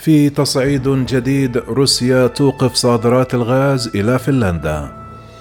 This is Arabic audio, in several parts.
في تصعيد جديد، روسيا توقف صادرات الغاز إلى فنلندا.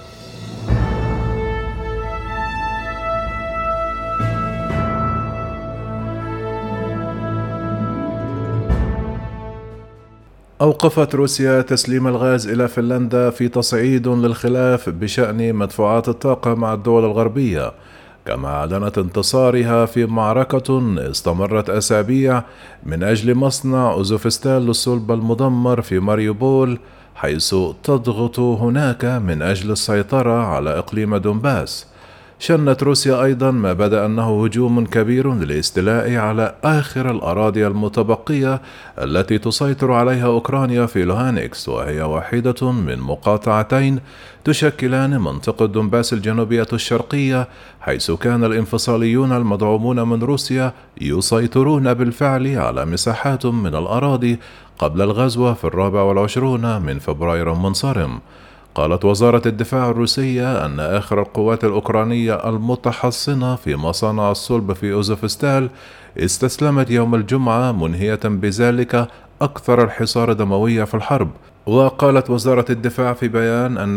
أوقفت روسيا تسليم الغاز إلى فنلندا في تصعيد للخلاف بشأن مدفوعات الطاقة مع الدول الغربية، كما أعلنت انتصارها في معركة استمرت أسابيع من أجل مصنع أوزوفستال للصلب المدمر في ماريوبول، حيث تضغط هناك من أجل السيطرة على إقليم دونباس. شنت روسيا أيضا ما بدا أنه هجوم كبير للاستيلاء على آخر الأراضي المتبقية التي تسيطر عليها أوكرانيا في لوهانكس، وهي واحدة من مقاطعتين تشكلان منطقة دونباس الجنوبية الشرقية، حيث كان الانفصاليون المدعومون من روسيا يسيطرون بالفعل على مساحات من الأراضي قبل الغزو في 24 من فبراير المنصرم. قالت وزارة الدفاع الروسية أن آخر القوات الأوكرانية المتحصنة في مصانع الصلب في أوزوفستال استسلمت يوم الجمعة، منهية بذلك أكثر الحصار دموية في الحرب. وقالت وزارة الدفاع في بيان أن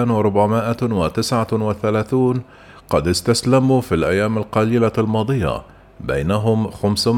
2439 قد استسلموا في الأيام القليلة الماضية، بينهم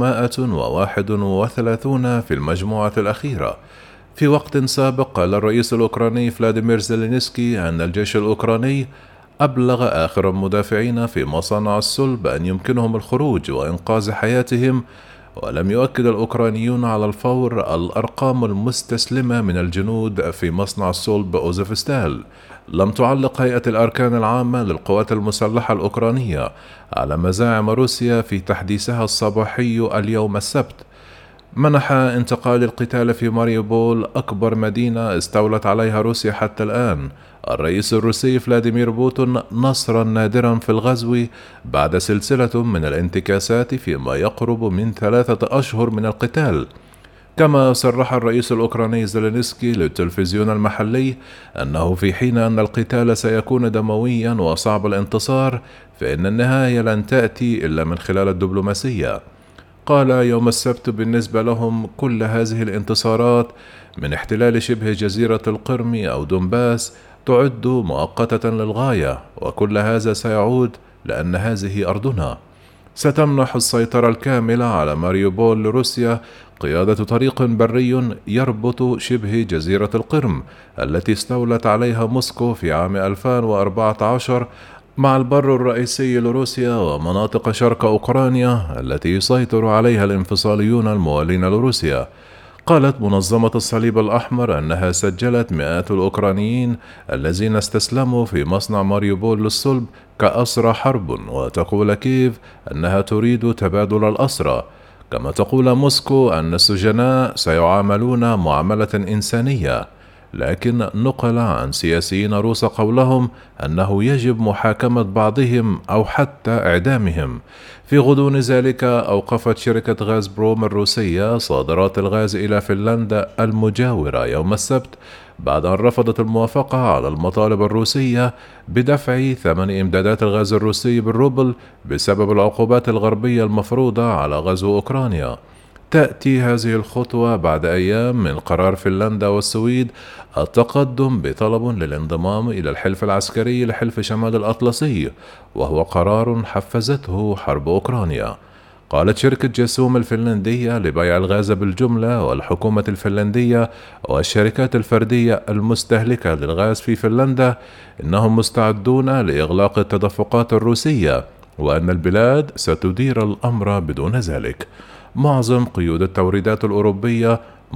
531 في المجموعة الأخيرة. في وقت سابق قال الرئيس الأوكراني فلاديمير زيلينسكي أن الجيش الأوكراني أبلغ آخر المدافعين في مصانع الصلب أن يمكنهم الخروج وإنقاذ حياتهم، ولم يؤكد الأوكرانيون على الفور الأرقام المستسلمة من الجنود في مصنع الصلب أوزوفستال. لم تعلق هيئة الأركان العامة للقوات المسلحة الأوكرانية على مزاعم روسيا في تحديثها الصباحي اليوم السبت. منح انتقال القتال في ماريوبول، أكبر مدينة استولت عليها روسيا حتى الآن، الرئيس الروسي فلاديمير بوتين نصرا نادرا في الغزو بعد سلسلة من الانتكاسات فيما يقرب من 3 أشهر من القتال. كما صرح الرئيس الأوكراني زيلينسكي للتلفزيون المحلي أنه في حين أن القتال سيكون دمويا وصعب الانتصار، فإن النهاية لن تأتي إلا من خلال الدبلوماسية. قال يوم السبت بالنسبة لهم كل هذه الانتصارات من احتلال شبه جزيرة القرم أو دونباس تعد مؤقتة للغاية، وكل هذا سيعود لأن هذه أرضنا. ستمنح السيطرة الكاملة على ماريوبول لروسيا قيادة طريق بري يربط شبه جزيرة القرم التي استولت عليها موسكو في عام 2014 مع البر الرئيسي لروسيا ومناطق شرق أوكرانيا التي يسيطر عليها الانفصاليون الموالين لروسيا. قالت منظمة الصليب الأحمر أنها سجلت مئات الأوكرانيين الذين استسلموا في مصنع ماريوبول للصلب كأسرى حرب، وتقول كييف أنها تريد تبادل الأسرى. كما تقول موسكو أن السجناء سيعاملون معاملة إنسانية، لكن نقل عن سياسيين روس قولهم أنه يجب محاكمة بعضهم أو حتى إعدامهم. في غضون ذلك أوقفت شركة غاز بروم الروسية صادرات الغاز إلى فنلندا المجاورة يوم السبت بعد أن رفضت الموافقة على المطالب الروسية بدفع ثمن إمدادات الغاز الروسي بالروبل بسبب العقوبات الغربية المفروضة على غزو أوكرانيا. تأتي هذه الخطوة بعد أيام من قرار فنلندا والسويد التقدم بطلب للانضمام إلى الحلف العسكري لحلف شمال الأطلسي، وهو قرار حفزته حرب أوكرانيا. قالت شركة جاسوم الفنلندية لبيع الغاز بالجملة والحكومة الفنلندية والشركات الفردية المستهلكة للغاز في فنلندا إنهم مستعدون لإغلاق التدفقات الروسية، وأن البلاد ستدير الأمر بدون ذلك. معظم قيود التوريدات الأوروبية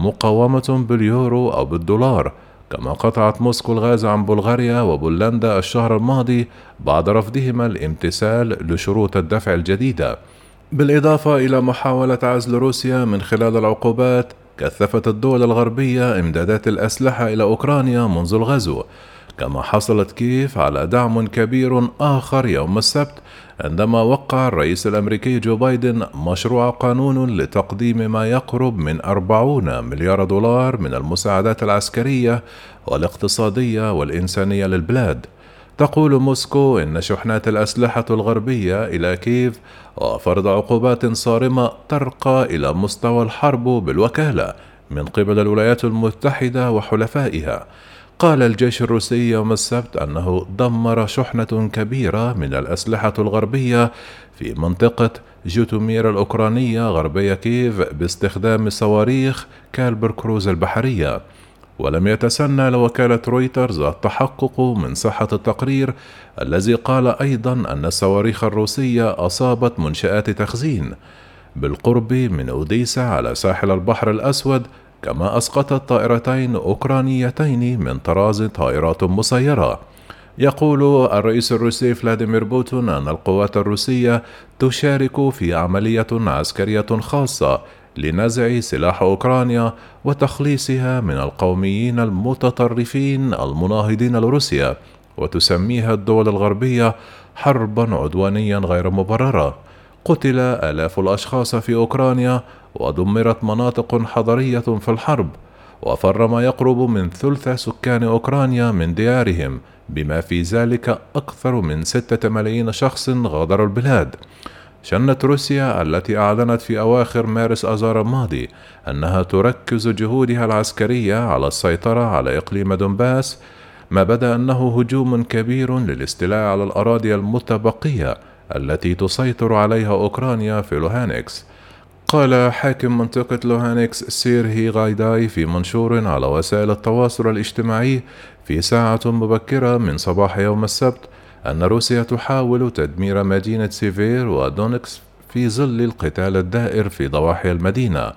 مقاومة باليورو أو بالدولار، كما قطعت موسكو الغاز عن بلغاريا وبولندا الشهر الماضي بعد رفضهما الامتثال لشروط الدفع الجديدة. بالإضافة إلى محاولة عزل روسيا من خلال العقوبات، كثفت الدول الغربية إمدادات الأسلحة إلى أوكرانيا منذ الغزو. كما حصلت كييف على دعم كبير آخر يوم السبت عندما وقع الرئيس الأمريكي جو بايدن مشروع قانون لتقديم ما يقرب من 40 مليار دولار من المساعدات العسكرية والاقتصادية والإنسانية للبلاد. تقول موسكو إن شحنات الأسلحة الغربية إلى كييف وفرض عقوبات صارمة ترقى إلى مستوى الحرب بالوكالة من قبل الولايات المتحدة وحلفائها. قال الجيش الروسي يوم السبت أنه دمر شحنة كبيرة من الأسلحة الغربية في منطقة جوتومير الأوكرانية غربي كييف باستخدام صواريخ كالبر كروز البحرية. ولم يتسنى لوكالة رويترز التحقق من صحة التقرير الذي قال أيضا أن الصواريخ الروسية أصابت منشآت تخزين بالقرب من أوديسا على ساحل البحر الأسود، كما أسقطت طائرتين أوكرانيتين من طراز طائرات مسيرة. يقول الرئيس الروسي فلاديمير بوتين أن القوات الروسية تشارك في عملية عسكرية خاصة لنزع سلاح أوكرانيا وتخليصها من القوميين المتطرفين المناهضين لروسيا، وتسميها الدول الغربية حربا عدوانيا غير مبررة. قتل آلاف الأشخاص في أوكرانيا ودمرت مناطق حضرية في الحرب، وفر ما يقرب من ثلث سكان أوكرانيا من ديارهم، بما في ذلك أكثر من 6 ملايين شخص غادروا البلاد. شنت روسيا التي أعلنت في أواخر مارس آذار الماضي أنها تركز جهودها العسكرية على السيطرة على إقليم دونباس، ما بدا أنه هجوم كبير للاستيلاء على الأراضي المتبقية التي تسيطر عليها أوكرانيا في لوهانكس. قال حاكم منطقة لوهانكس سيرهي غايداي في منشور على وسائل التواصل الاجتماعي في ساعة مبكرة من صباح يوم السبت أن روسيا تحاول تدمير مدينة سيفير ودونكس في ظل القتال الدائر في ضواحي المدينة.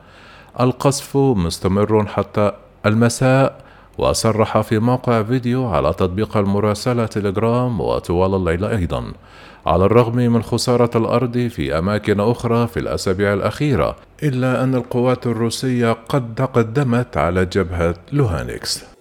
القصف مستمر حتى المساء، وصرح في موقع فيديو على تطبيق المراسلة تليجرام وطوال الليل أيضا، على الرغم من خسارة الأرض في أماكن أخرى في الأسابيع الأخيرة، إلا أن القوات الروسية قد تقدمت على جبهة لوهانكس.